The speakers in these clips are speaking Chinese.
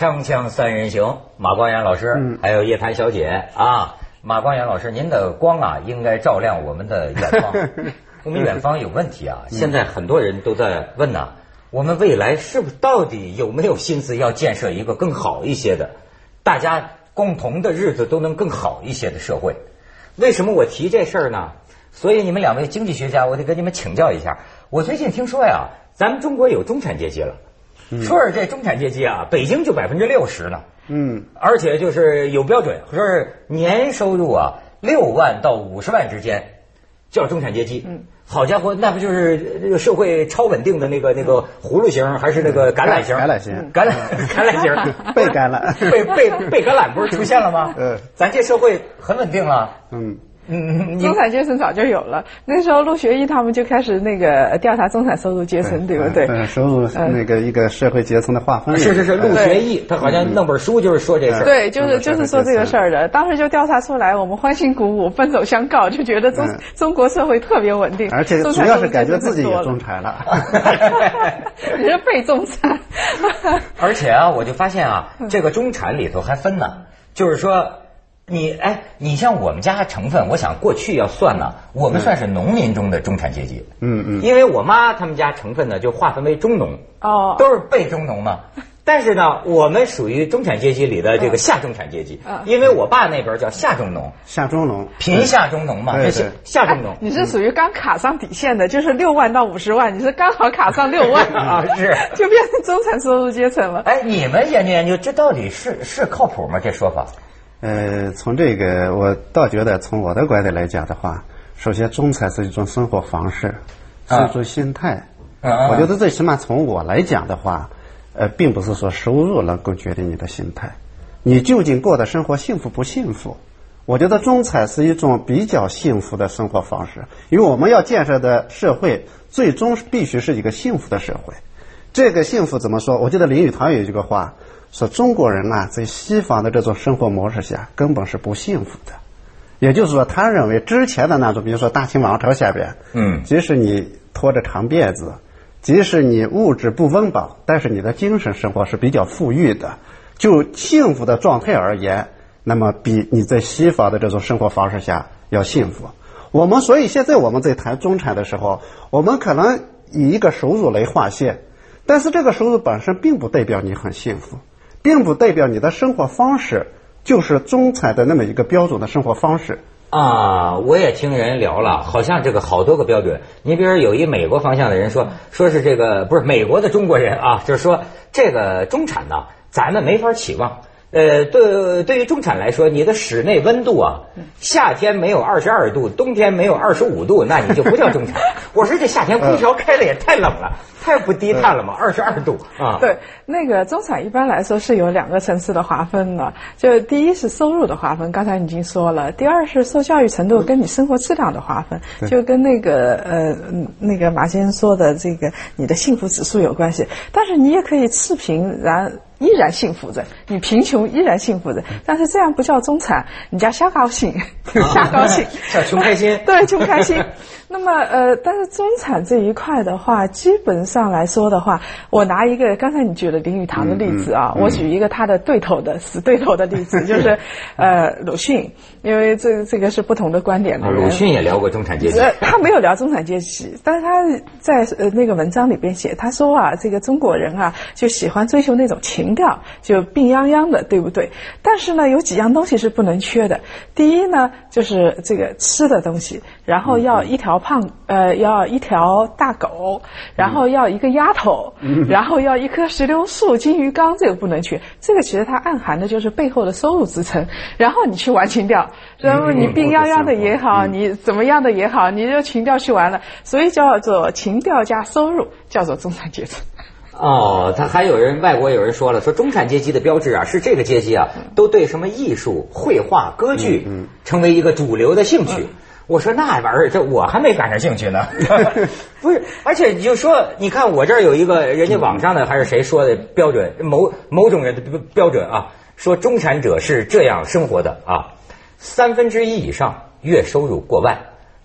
锵锵三人行，马光远老师，还有叶檀小姐啊。马光远老师，您的光啊，应该照亮我们的远方。我们远方有问题啊，现在很多人都在问呐，我们未来是不是到底有没有心思要建设一个更好一些的，大家共同的日子都能更好一些的社会？为什么我提这事儿呢？所以你们两位经济学家，我得跟你们请教一下。我最近听说呀，咱们中国有中产阶级了。说是这中产阶级啊，北京就60%呢。而且就是有标准，说是年收入啊6万到50万之间叫中产阶级。好家伙，那不就是这个社会超稳定的那个葫芦形，还是那个橄榄形？橄榄形，橄榄形， 被橄榄， 被橄榄不是出现了吗？咱这社会很稳定了。 中产阶层早就有了，那时候陆学一他们就开始那个调查中产收入阶层，对不对？ 收入那个一个社会阶层的划分。 是，陆学一他好像弄本书就是说这事。 对，就是说这个事儿的。当时就调查出来，我们欢欣鼓舞，奔走相告，就觉得中国社会特别稳定， 而且主要是感觉自己也中产了。 你是被中产。 而且啊，我就发现啊，这个中产里头还分呢，就是说。你像我们家成分，我想过去要算呢，我们算是农民中的中产阶级。因为我妈他们家成分呢就划分为中农，都是被中农嘛。但是呢，我们属于中产阶级里的这个下中产阶级，因为我爸那边叫下中农，贫下中农嘛，这下中农。 你是属于刚卡上底线的，就是6万到50万，你是刚好卡上6万啊，是就变成中产收入阶层了。 你们研究研究，这到底是靠谱吗？这说法？ 从这个我倒觉得，从我的观点来讲的话，首先中产是一种生活方式，是一种心态。我觉得最起码从我来讲的话，并不是说收入能够决定你的心态，你究竟过的生活幸福不幸福？我觉得中产是一种比较幸福的生活方式，因为我们要建设的社会最终必须是一个幸福的社会。这个幸福怎么说？我记得林语堂有一句话说，中国人啊，在西方的这种生活模式下根本是不幸福的。也就是说，他认为之前的那种，比如说大清王朝下边，即使你拖着长辫子，即使你物质不温饱，但是你的精神生活是比较富裕的。就幸福的状态而言，那么比你在西方的这种生活方式下要幸福。所以现在我们在谈中产的时候，我们可能以一个收入来划线，但是这个收入本身并不代表你很幸福，并不代表你的生活方式就是中产的那么一个标准的生活方式啊。我也听人聊了，好像这个好多个标准。你比如有一美国方向的人说是这个不是美国的中国人啊，就是说这个中产呢，咱们没法期望。对于中产来说，你的室内温度啊，夏天没有22度，冬天没有25度，那你就不叫中产。我说这夏天空调开的也太冷了，太不低碳了嘛，22度啊。 对，那个中产一般来说是有2个层次的划分的，就第一是收入的划分，刚才你已经说了，第二是受教育程度跟你生活质量的划分，就跟那个马先生说的这个你的幸福指数有关系。但是你也可以赤贫依然幸福着，你贫穷依然幸福着，但是这样不叫中产，你叫瞎高兴，瞎高兴， 叫穷开心。 对，穷开心。那么但是中产这一块的话，基本上来说的话，我拿一个刚才你举了林语堂的例子啊，我举一个他的死对头的例子，就是鲁迅，因为这个是不同的观点的人。 鲁迅也聊过中产阶级， 他没有聊中产阶级，但是他在那个文章里边写，他说啊，这个中国人啊就喜欢追求那种情调，就病殃殃的，对不对？但是呢，有几样东西是不能缺的。第一呢，就是这个吃的东西，然后要要一条大狗，然后要一个丫头，然后要一棵石榴树、金鱼缸，这个不能缺。这个其实它暗含的就是背后的收入支撑。然后你去玩情调，然后你病殃殃的也好，你怎么样的也好，你就情调去玩了，所以叫做情调加收入，叫做中产阶层。 他还外国有人说了，说中产阶级的标志啊，是这个阶级啊都对什么艺术、绘画、歌剧成为一个主流的兴趣。我说那玩意儿，这我还没赶上兴趣呢。不是，而且你就说，你看我这儿有一个人家网上的还是谁说的标准，某种人的标准啊，说中产者是这样生活的啊：1/3以上月收入过万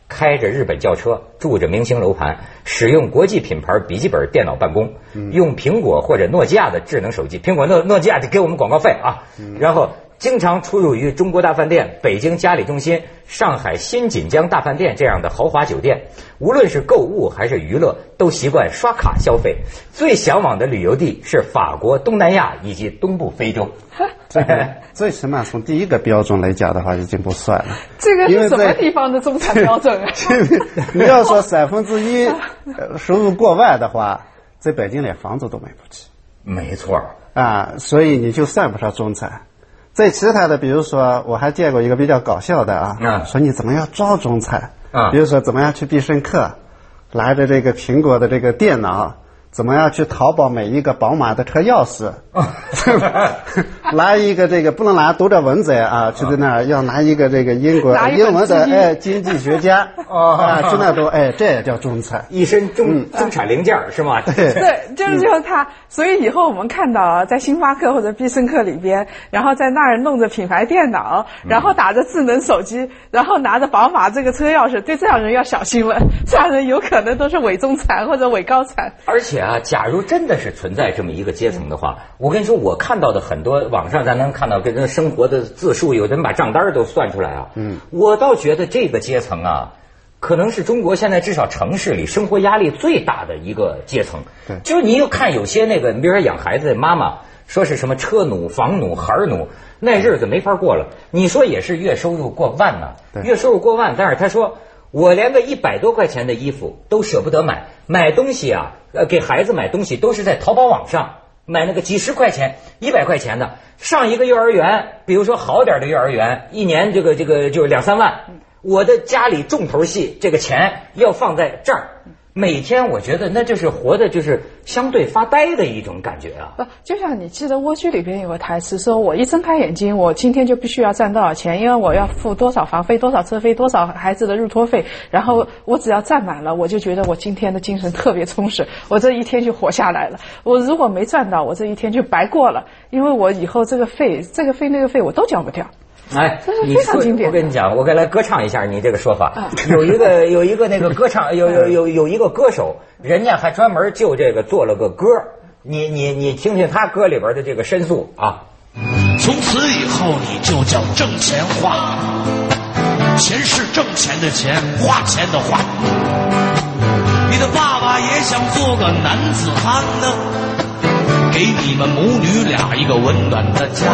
开着日本轿车，住着明星楼盘，使用国际品牌笔记本电脑办公，用苹果或者诺基亚的智能手机，苹果诺基亚就给我们广告费啊，然后经常出入于中国大饭店、北京嘉里中心、上海新锦江大饭店这样的豪华酒店，无论是购物还是娱乐，都习惯刷卡消费。最向往的旅游地是法国、东南亚以及东部非洲。 最起码从第一个标准来讲的话，已经不算了。 这个是什么地方的中产标准啊？ 你要说1%收入过万的话，在北京连房子都买不起。 没错啊，所以你就算不上中产。在其他的，比如说我还见过一个比较搞笑的啊，说你怎么样招中产啊？比如说怎么样去必胜客，拿着这个苹果的这个电脑，怎么样去淘宝买一个宝马的车钥匙，拿一个这个不能拿读者文摘啊，去在那儿要拿一个这个英文的经济学家啊，去那都这也叫中产， 一身中产零件是吗？ 对，就是他。所以以后我们看到啊，在星巴克或者必胜客里边，然后在那儿弄着品牌电脑，然后打着智能手机，然后拿着宝马这个车钥匙，对这样人要小心了，这样人有可能都是伪中产或者伪高产。 而且啊，假如真的是存在这么一个阶层的话，我跟你说，我看到的很多网上咱能看到跟人生活的自述，有人把账单都算出来啊。我倒觉得这个阶层啊，可能是中国现在至少城市里生活压力最大的一个阶层。对，就是你又看有些那个，你比如说养孩子的妈妈，说是什么车奴、房奴、孩奴，那日子没法过了。你说也是月收入过万呢，月收入过万，但是他说我连个100多块钱的衣服都舍不得买东西啊，给孩子买东西都是在淘宝网上买那个几十块钱、100块钱的，上一个幼儿园，比如说好点的幼儿园，一年这个就是2-3万。我的家里重头戏，这个钱要放在这儿，每天我觉得那就是活的就是相对发呆的一种感觉啊。 不，就像你记得蜗居里边有个台词说，我一睁开眼睛，我今天就必须要赚多少钱，因为我要付多少房费、多少车费、多少孩子的入托费，然后我只要赚满了，我就觉得我今天的精神特别充实，我这一天就活下来了。我如果没赚到，我这一天就白过了，因为我以后这个费那个费我都交不掉。 哎， 这是非常经典。 我跟你讲，我该来歌唱一下你这个说法。有一个那个歌唱，有一个歌手，人家还专门就这个做了个歌。你听听他歌里边的这个申诉啊。 从此以后你就叫挣钱花，钱是挣钱的钱，花钱的花。你的爸爸也想做个男子汉呢，给你们母女俩一个温暖的家。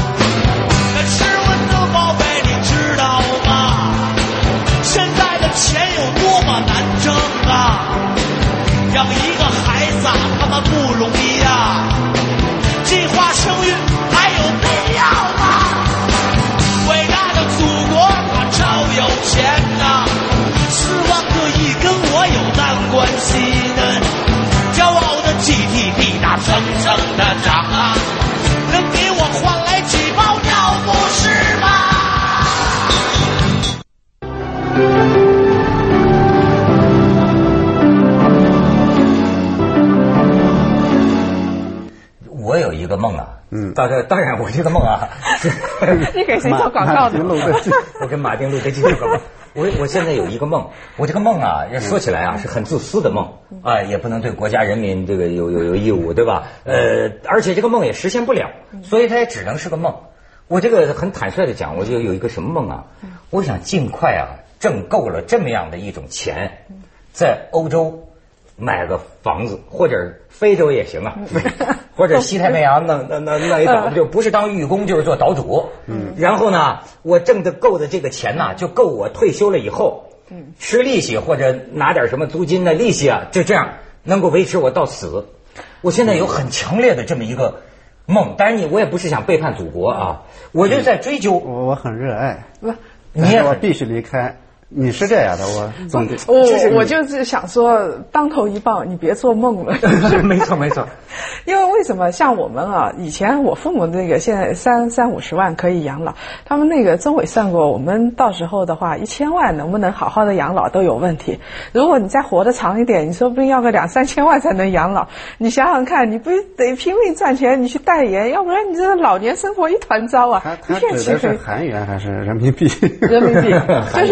宝贝，你知道吗？现在的钱有多么难挣啊！养一个孩子他妈不容易啊！计划生育还有必要吗？伟大的祖国它超有钱呐，希望可以跟我有淡关系的，骄傲的 GDP 大生生的涨啊，能给我换来几包尿不湿吗？ 我有一个梦啊，当然我这个梦啊， 你给谁做广告的？ 我跟马丁路德金做广告。我现在有一个梦，我这个梦啊，说起来啊是很自私的梦啊，也不能对国家人民这个有义务，对吧？而且这个梦也实现不了，所以它也只能是个梦。我这个很坦率的讲，我就有一个什么梦啊？我想尽快啊挣够了这么样的一种钱，在欧洲买个房子，或者非洲也行啊，或者西太平洋那一岛，就不是当寓工就是做岛主。然后呢，我挣得够的这个钱呢，就够我退休了以后，吃利息或者拿点什么租金的利息啊，就这样能够维持我到死。我现在有很强烈的这么一个梦，当然我也不是想背叛祖国啊，我就在追究。 我很热爱， 我必须离开。你是这样的， 我就是想说，当头一棒，你别做梦了。 没错。 因为为什么像我们啊，以前我父母那个现在30-50万可以养老，他们那个中委算过，我们到时候的话1000万能不能好好的养老都有问题。如果你再活得长一点，你说不定要个2-3千万才能养老。你想想看，你不得拼命赚钱，你去代言，要不然你这老年生活一团糟啊！ 他指的是韩元还是人民币？ 人民币，就是他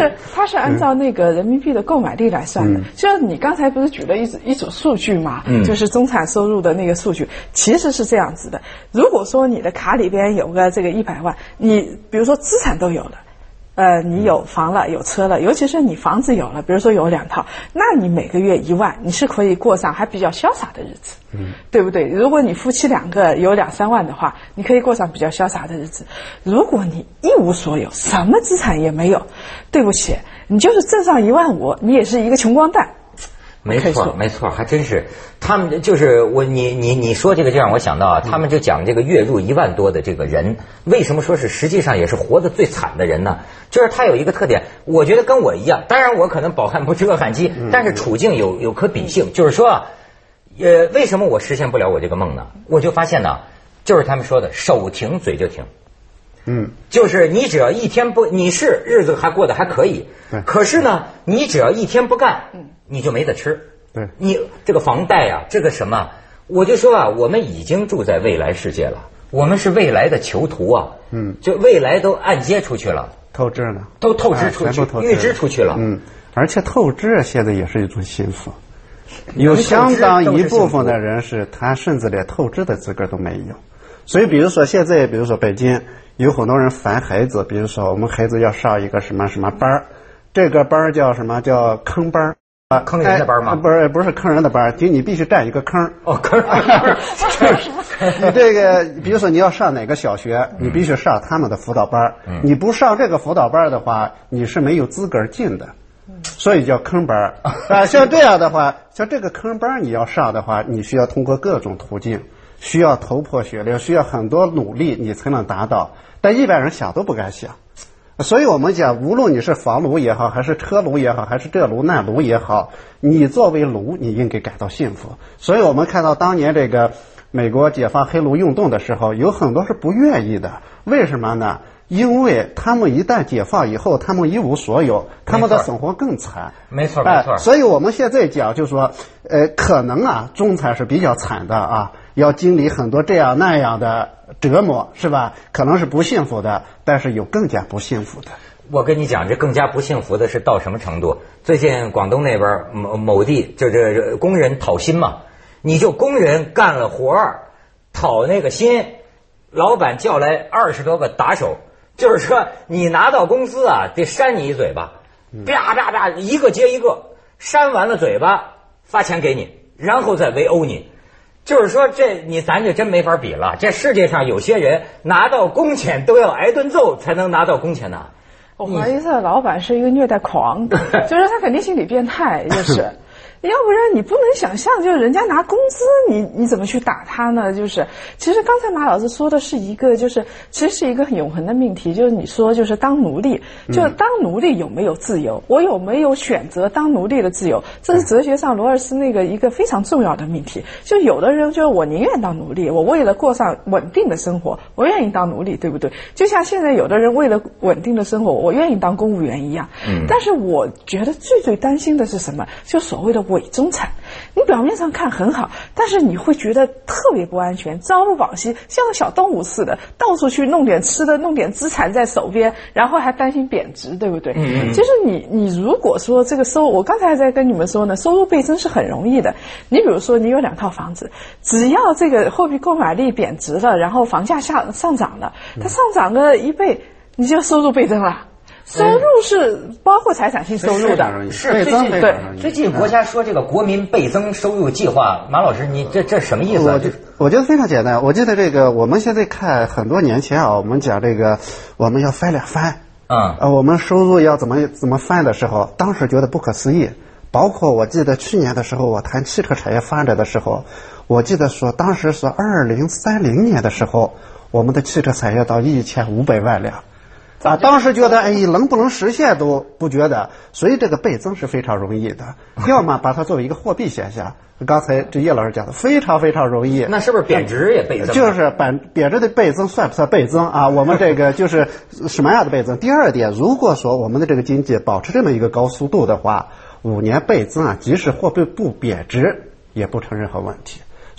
是按照那个人民币的购买力来算的。就你刚才不是举了一组数据嘛，就是中产收入的那个数据，其实是这样子的。如果说你的卡里边有个这个100万，你比如说资产都有了。你有房了，有车了，尤其是你房子有了，比如说有2套，那你每个月1万，你是可以过上还比较潇洒的日子，对不对？如果你夫妻2个有2、3万的话，你可以过上比较潇洒的日子。如果你一无所有，什么资产也没有，对不起，你就是挣上15000，你也是一个穷光蛋。 没错，没错，还真是。他们就是你说这个就让我想到啊，他们就讲这个月入1万多的这个人，为什么说是实际上也是活得最惨的人呢？就是他有一个特点，我觉得跟我一样，当然我可能饱汉不知饿汉饥，但是处境有可比性。就是说啊，为什么我实现不了我这个梦呢？我就发现呢，就是他们说的手停嘴就停。就是你只要一天不，你是日子还过得还可以，可是呢，你只要一天不干，你就没得吃。 对， 你这个房贷啊，这个什么，我就说啊，我们已经住在未来世界了，我们是未来的囚徒啊，就未来都按揭出去了， 透支了， 都透支出去，预支出去了， 而且透支现在也是一种幸福，有相当一部分的人是他甚至连透支的资格都没有，所以比如说现在，比如说北京有很多人烦孩子，比如说我们孩子要上一个什么什么班，这个班叫什么叫坑班。 坑人的班吗？ 不是坑人的班，就你必须占一个坑。 坑。 你这个，比如说你要上哪个小学，你必须上他们的辅导班。你不上这个辅导班的话，你是没有资格进的，所以叫坑班啊。像这样的话，像这个坑班你要上的话，你需要通过各种途径，需要头破血流，需要很多努力，你才能达到。但一般人想都不敢想。所以我们讲，无论你是房奴也好，还是车奴也好，还是这奴那奴也好，你作为奴，你应该感到幸福。所以我们看到当年这个美国解放黑奴运动的时候，有很多是不愿意的。为什么呢？因为他们一旦解放以后，他们一无所有，他们的生活更惨。 没错，没错。 所以我们现在讲，就是说，可能啊，中产是比较惨的啊，要经历很多这样那样的折磨，是吧？可能是不幸福的，但是有更加不幸福的。 我跟你讲，这更加不幸福的是到什么程度？最近广东那边某地就这工人讨薪嘛，你就工人干了活儿，讨那个薪，老板叫来20多个打手，就是说你拿到工资啊，得扇你一嘴巴，啪啪啪，一个接一个，扇完了嘴巴发钱给你，然后再围殴你。就是说咱就真没法比了。这世界上有些人拿到工钱都要挨顿揍才能拿到工钱呢。 我怀疑这老板是一个虐待狂，就是他肯定心理变态，就是要不然你不能想象，就是人家拿工资，你怎么去打他呢？就是其实刚才马老师说的是一个，就是其实是一个很永恒的命题，就是你说就是当奴隶，就当奴隶有没有自由？我有没有选择当奴隶的自由？这是哲学上罗尔斯那个一个非常重要的命题。就有的人就是我宁愿当奴隶，我为了过上稳定的生活，我愿意当奴隶，对不对？就像现在有的人为了稳定的生活，我愿意当公务员一样。但是我觉得最担心的是什么？就所谓的伪中产，你表面上看很好，但是你会觉得特别不安全，朝不保夕，像个小动物似的，到处去弄点吃的，弄点资产在手边，然后还担心贬值，对不对？其实你如果说这个我刚才在跟你们说呢，收入倍增是很容易的。你比如说你有2套房子，只要这个货币购买力贬值了，然后房价上涨了，它上涨个1倍，你就收入倍增了。收入是包括财产性收入的， 是倍增。对，最近国家说这个国民倍增收入计划，马老师，你这什么意思？ 我觉得非常简单。我记得这个，我们现在看很多年前啊，我们讲这个我们要翻2番，我们收入要怎么翻的时候，当时觉得不可思议。包括我记得去年的时候，我谈汽车产业发展的时候，我记得说当时说2030年的时候，我们的汽车产业到1500万辆。当时觉得能不能实现都不觉得，所以这个倍增是非常容易的。要么把它作为一个货币现象，刚才这叶老师讲的非常非常容易。 那是不是贬值也倍增？ 就是贬值的倍增算不算倍增啊？我们这个就是什么样的倍增？第二点，如果说我们的这个经济保持这么一个高速度的话，5年倍增啊，即使货币不贬值也不成任何问题。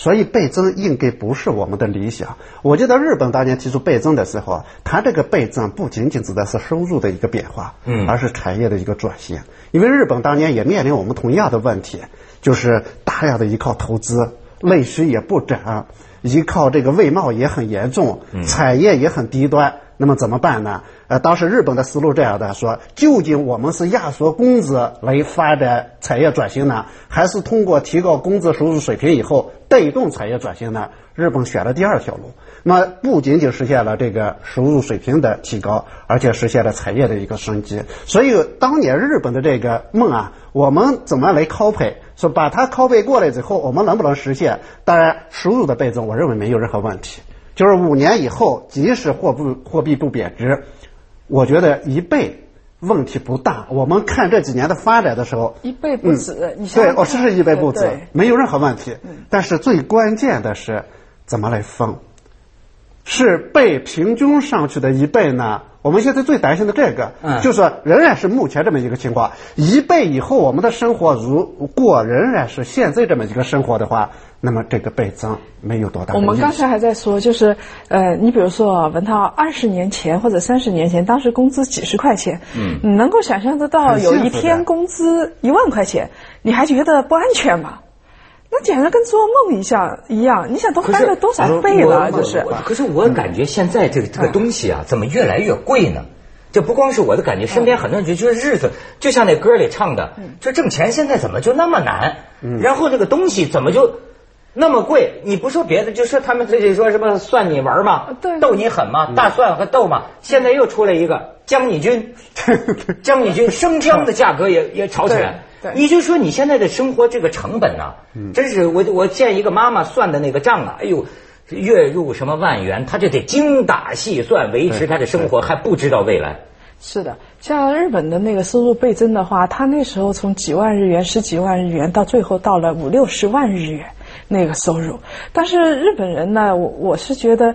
所以倍增应该不是我们的理想。我记得日本当年提出倍增的时候，它这个倍增不仅仅指的是收入的一个变化，而是产业的一个转型。因为日本当年也面临我们同样的问题，就是大量的依靠投资，内需也不涨，依靠这个外贸也很严重，产业也很低端。那么怎么办呢？当时日本的思路这样的说，究竟我们是压缩工资来发展产业转型呢，还是通过提高工资收入水平以后带动产业转型呢？日本选了第二条路，那不仅仅实现了这个收入水平的提高，而且实现了产业的一个升级。所以当年日本的这个梦啊，我们怎么来copy，说把它copy过来之后，我们能不能实现？当然收入的倍增我认为没有任何问题，就是5年以后即使货币不贬值，我觉得1倍问题不大。我们看这几年的发展的时候 ，1倍不止，你对，是1倍不止，没有任何问题。但是最关键的是怎么来分，是被平均上去的1倍呢？我们现在最担心的这个，就是说仍然是目前这么一个情况，1倍以后我们的生活如果仍然是现在这么一个生活的话，那么这个倍增没有多大的意义。 我们刚才还在说，就是你比如说文涛20年前或者30年前，当时工资几十块钱，你能够想象得到有一天工资1万块钱，你还觉得不安全吗？那简直跟做梦一样，你想都翻了多少倍了？就是。 可是我感觉现在这个东西啊，怎么越来越贵呢？这不光是我的感觉，身边很多人就觉得日子就像那歌里唱的，就挣钱现在怎么就那么难？然后这个东西怎么就那么贵？你不说别的，就说他们这里说什么算你玩嘛，逗你狠嘛，大蒜和豆嘛，现在又出来一个姜你军，生姜的价格也炒起来。你就说你现在的生活这个成本啊，真是我见一个妈妈算的那个账啊，哎呦，月入什么万元，她就得精打细算维持她的生活，还不知道未来。 是的，像日本的那个收入倍增的话，他那时候从几万日元、10几万日元，到最后到了50、60万日元那个收入。但是日本人呢，我是觉得，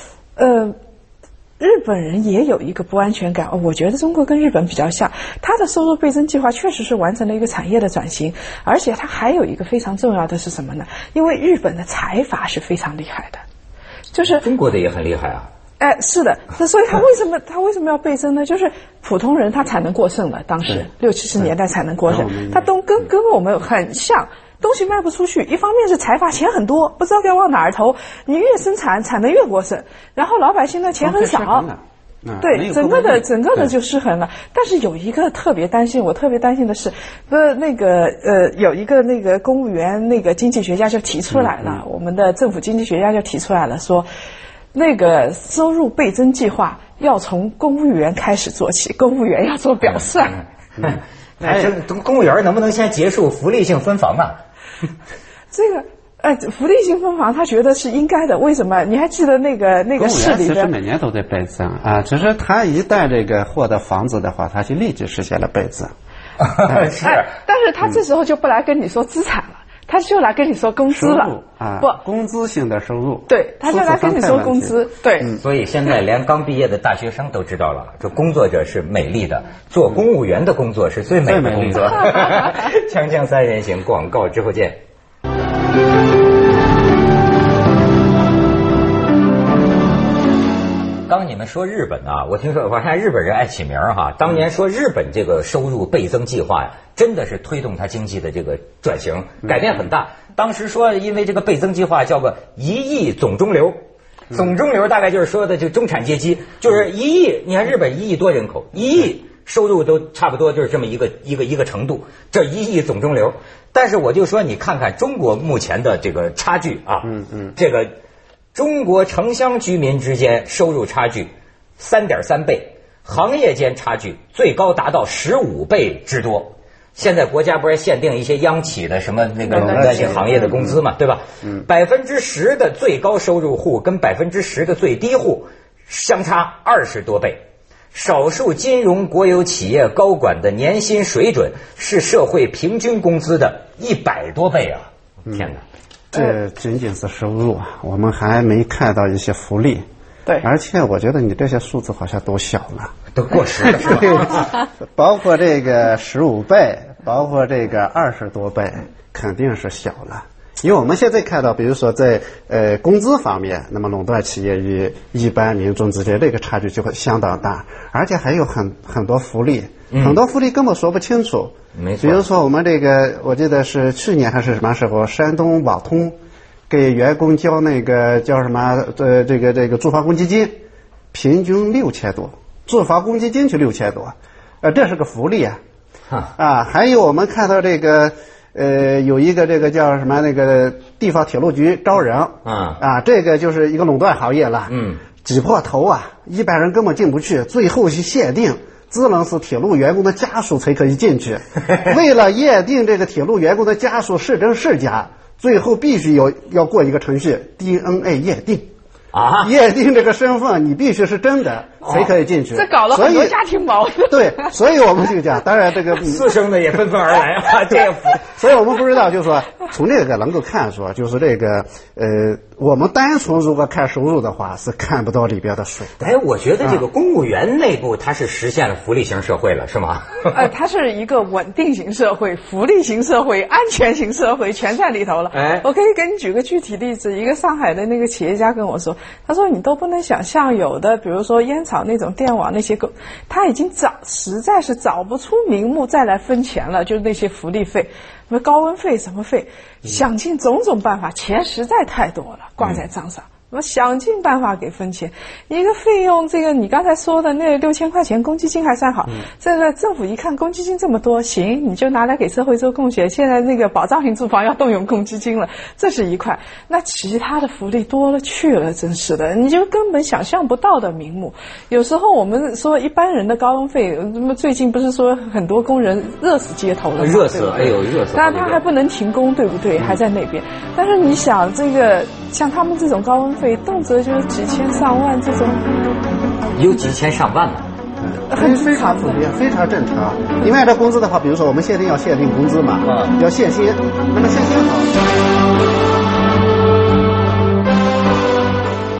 日本人也有一个不安全感。我觉得中国跟日本比较像，他的收入倍增计划确实是完成了一个产业的转型，而且它还有一个非常重要的是什么呢？因为日本的财阀是非常厉害的，就是中国的也很厉害啊。 是的，所以他为什么要倍增呢？就是普通人他才能过剩了，当时60、70年代才能过剩，他都跟我们很像。东西卖不出去，一方面是财阀钱很多，不知道该往哪儿投，你越生产产能越过剩，然后老百姓的钱很少，对，整个的就失衡了。但是有一个特别担心，我特别担心的是，有一个那个公务员那个经济学家就提出来了，我们的政府经济学家就提出来了，说那个收入倍增计划要从公务员开始做起，公务员要做表率。 公务员能不能先结束福利性分房啊？ 这个福利性分房他觉得是应该的，为什么？你还记得那个市里的？ 其实每年都在倍增啊，只是他一旦这个获得房子的话，他就立即实现了倍增。 是， 但是他这时候就不来跟你说资产了。他就来跟你说工资了不，工资性的收入， 对，他就来跟你说工资，对。 所以现在连刚毕业的大学生都知道了，这工作者是美丽的，做公务员的工作是最美的工作。锵锵三人行，广告之后见。刚你们说日本啊，我听说我看日本人爱起名哈。当年说日本这个收入倍增计划呀，真的是推动它经济的这个转型，改变很大。当时说因为这个倍增计划叫个1亿总中流，总中流大概就是说的就中产阶级，就是1亿，你看日本1亿多人口，1亿收入都差不多就是这么一个程度，这1亿总中流。但是我就说你看看中国目前的这个差距啊，这个中国城乡居民之间收入差距3.3倍，行业间差距最高达到15倍之多。现在国家不是限定一些央企的什么那些行业的工资嘛，对吧？10%的最高收入户跟10%的最低户相差20多倍。少数金融国有企业高管的年薪水准是社会平均工资的100多倍啊！天哪！ 这仅仅是收入啊，我们还没看到一些福利。 对， 而且我觉得你这些数字好像都小了， 都过时了，是吧？ 包括这个15倍，包括这个20多倍，肯定是小了。 因为我们现在看到，比如说在工资方面，那么垄断企业与一般民众之间这个差距就会相当大，而且还有很多福利，很多福利根本说不清楚。 没错。 比如说我们这个，我记得是去年还是什么时候，山东网通给员工交那个叫什么这个住房公积金，平均6000多，住房公积金就6000多，这是个福利啊。啊，还有我们看到这个有一个这个叫什么那个地方铁路局招人这个就是一个垄断行业了，挤破头啊，一般人根本进不去，最后是限定只能是铁路员工的家属才可以进去。为了验定这个铁路员工的家属是真是假，最后必须要过一个程序 DNA 验定啊，验定这个身份你必须是真的才可以进去。 这搞了很多家庭矛盾。 对，所以我们就讲，当然这个私生的也纷纷而来啊，这个。 所以我们不知道，就是说从这个能够看出，就是这个我们单纯如果看收入的话，是看不到里边的水。 哎，我觉得这个公务员内部它是实现了福利型社会了，是吗？ 它是一个稳定型社会、福利型社会、安全型社会，全在里头了。哎，我可以给你举个具体例子，一个上海的那个企业家跟我说，他说你都不能想象，有的比如说烟草那种电网那些他已经实在是找不出名目再来分钱了，就是那些福利费。什么高温费什么费，想尽种种办法，钱实在太多了，挂在账上。我想尽办法给分钱，一个费用，这个你刚才说的那6000块钱公积金还算好，这个政府一看公积金这么多，行，你就拿来给社会做贡献。现在那个保障型住房要动用公积金了，这是一块。那其他的福利多了去了，真是的，你就根本想象不到的名目。有时候我们说一般人的高温费，那么最近不是说很多工人热死街头了吗？ 热死，哎呦，热死！ 但他还不能停工，对不对？还在那边。但是你想，这个像他们这种高温费，动辄就是几千上万这种， 有几千上万呢， 非常普遍，非常正常。另外，这工资的话，比如说我们限定工资嘛，要限薪，那么限薪好。